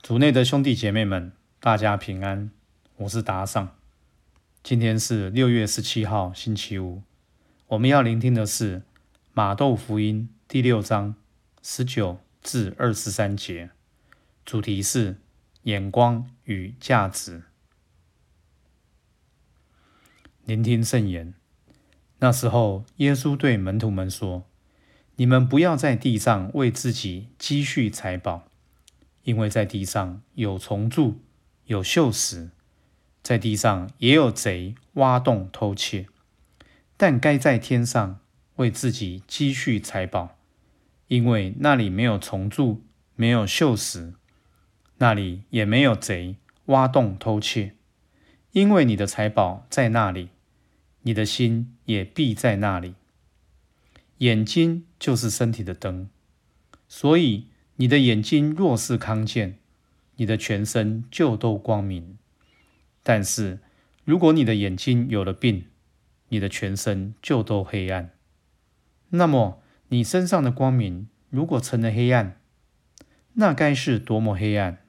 主内的兄弟姐妹们，大家平安，我是达尚。今天是6月17号，星期五。我们要聆听的是马窦福音第6章19至23节，主题是眼光与价值。聆听圣言。那时候，耶稣对门徒们说：“你们不要在地上为自己积蓄财宝。因为在地上有虫蛀，有锈蚀，在地上也有贼挖洞偷窃。但该在天上为自己积蓄财宝，因为那里没有虫蛀，没有锈蚀，那里也没有贼挖洞偷窃。因为你的财宝在那里，你的心也必在那里。眼睛就是身体的灯，所以你的眼睛若是康健，你的全身就都光明。但是如果你的眼睛有了病，你的全身就都黑暗。那么你身上的光明如果成了黑暗，那该是多么黑暗！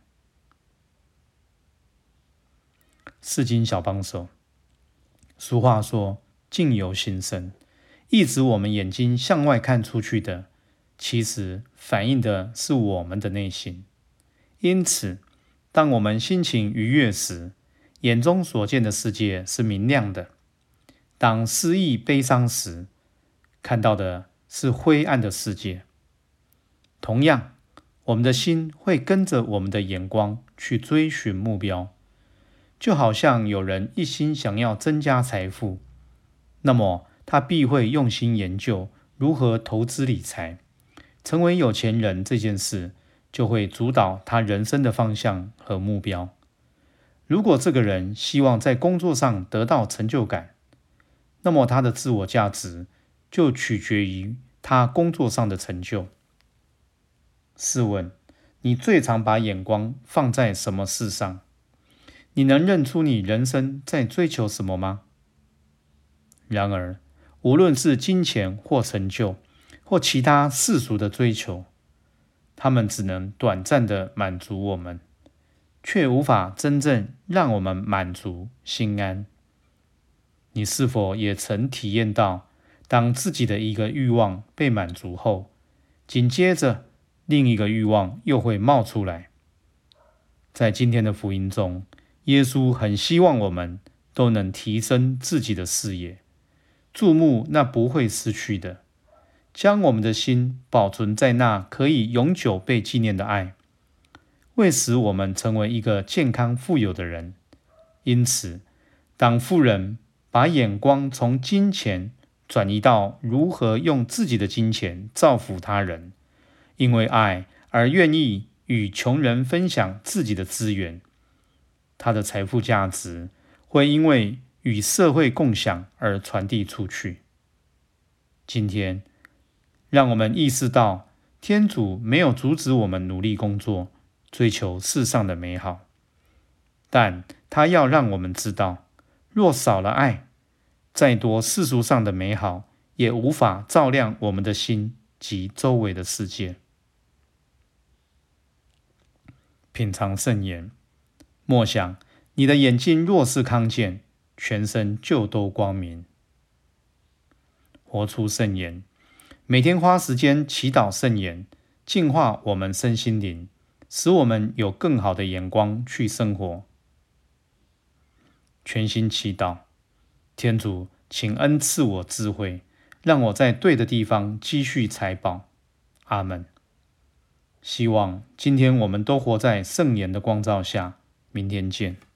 释经小帮手。俗话说，境由心生，意指我们眼睛向外看出去的，其实反映的是我们的内心。因此，当我们心情愉悦时，眼中所见的世界是明亮的；当失意悲伤时，看到的是灰暗的世界。同样，我们的心会跟着我们的眼光去追寻目标，就好像有人一心想要增加财富，那么他必会用心研究如何投资理财。成为有钱人这件事就会主导他人生的方向和目标。如果这个人希望在工作上得到成就感，那么他的自我价值就取决于他工作上的成就。试问，你最常把眼光放在什么事上？你能认出你人生在追求什么吗？然而，无论是金钱或成就，或其他世俗的追求，他们只能短暂的满足我们，却无法真正让我们满足心安。你是否也曾体验到，当自己的一个欲望被满足后，紧接着另一个欲望又会冒出来？在今天的福音中，耶稣很希望我们都能提升自己的视野，注目那不会失去的，将我们的心保存在那可以永久被纪念的爱，为使我们成为一个健康富有的人。因此，当富人把眼光从金钱转移到如何用自己的金钱造福他人，因为爱而愿意与穷人分享自己的资源，他的财富价值会因为与社会共享而传递出去。今天，让我们意识到，天主没有阻止我们努力工作，追求世上的美好，但他要让我们知道，若少了爱，再多世俗上的美好也无法照亮我们的心及周围的世界。品尝圣言。默想，你的眼睛若是康健，全身就都光明。活出圣言。每天花时间祈祷圣言，净化我们身心灵，使我们有更好的眼光去生活。全心祈祷。天主，请恩赐我智慧，让我在对的地方积蓄财宝。阿们。希望今天我们都活在圣言的光照下。明天见。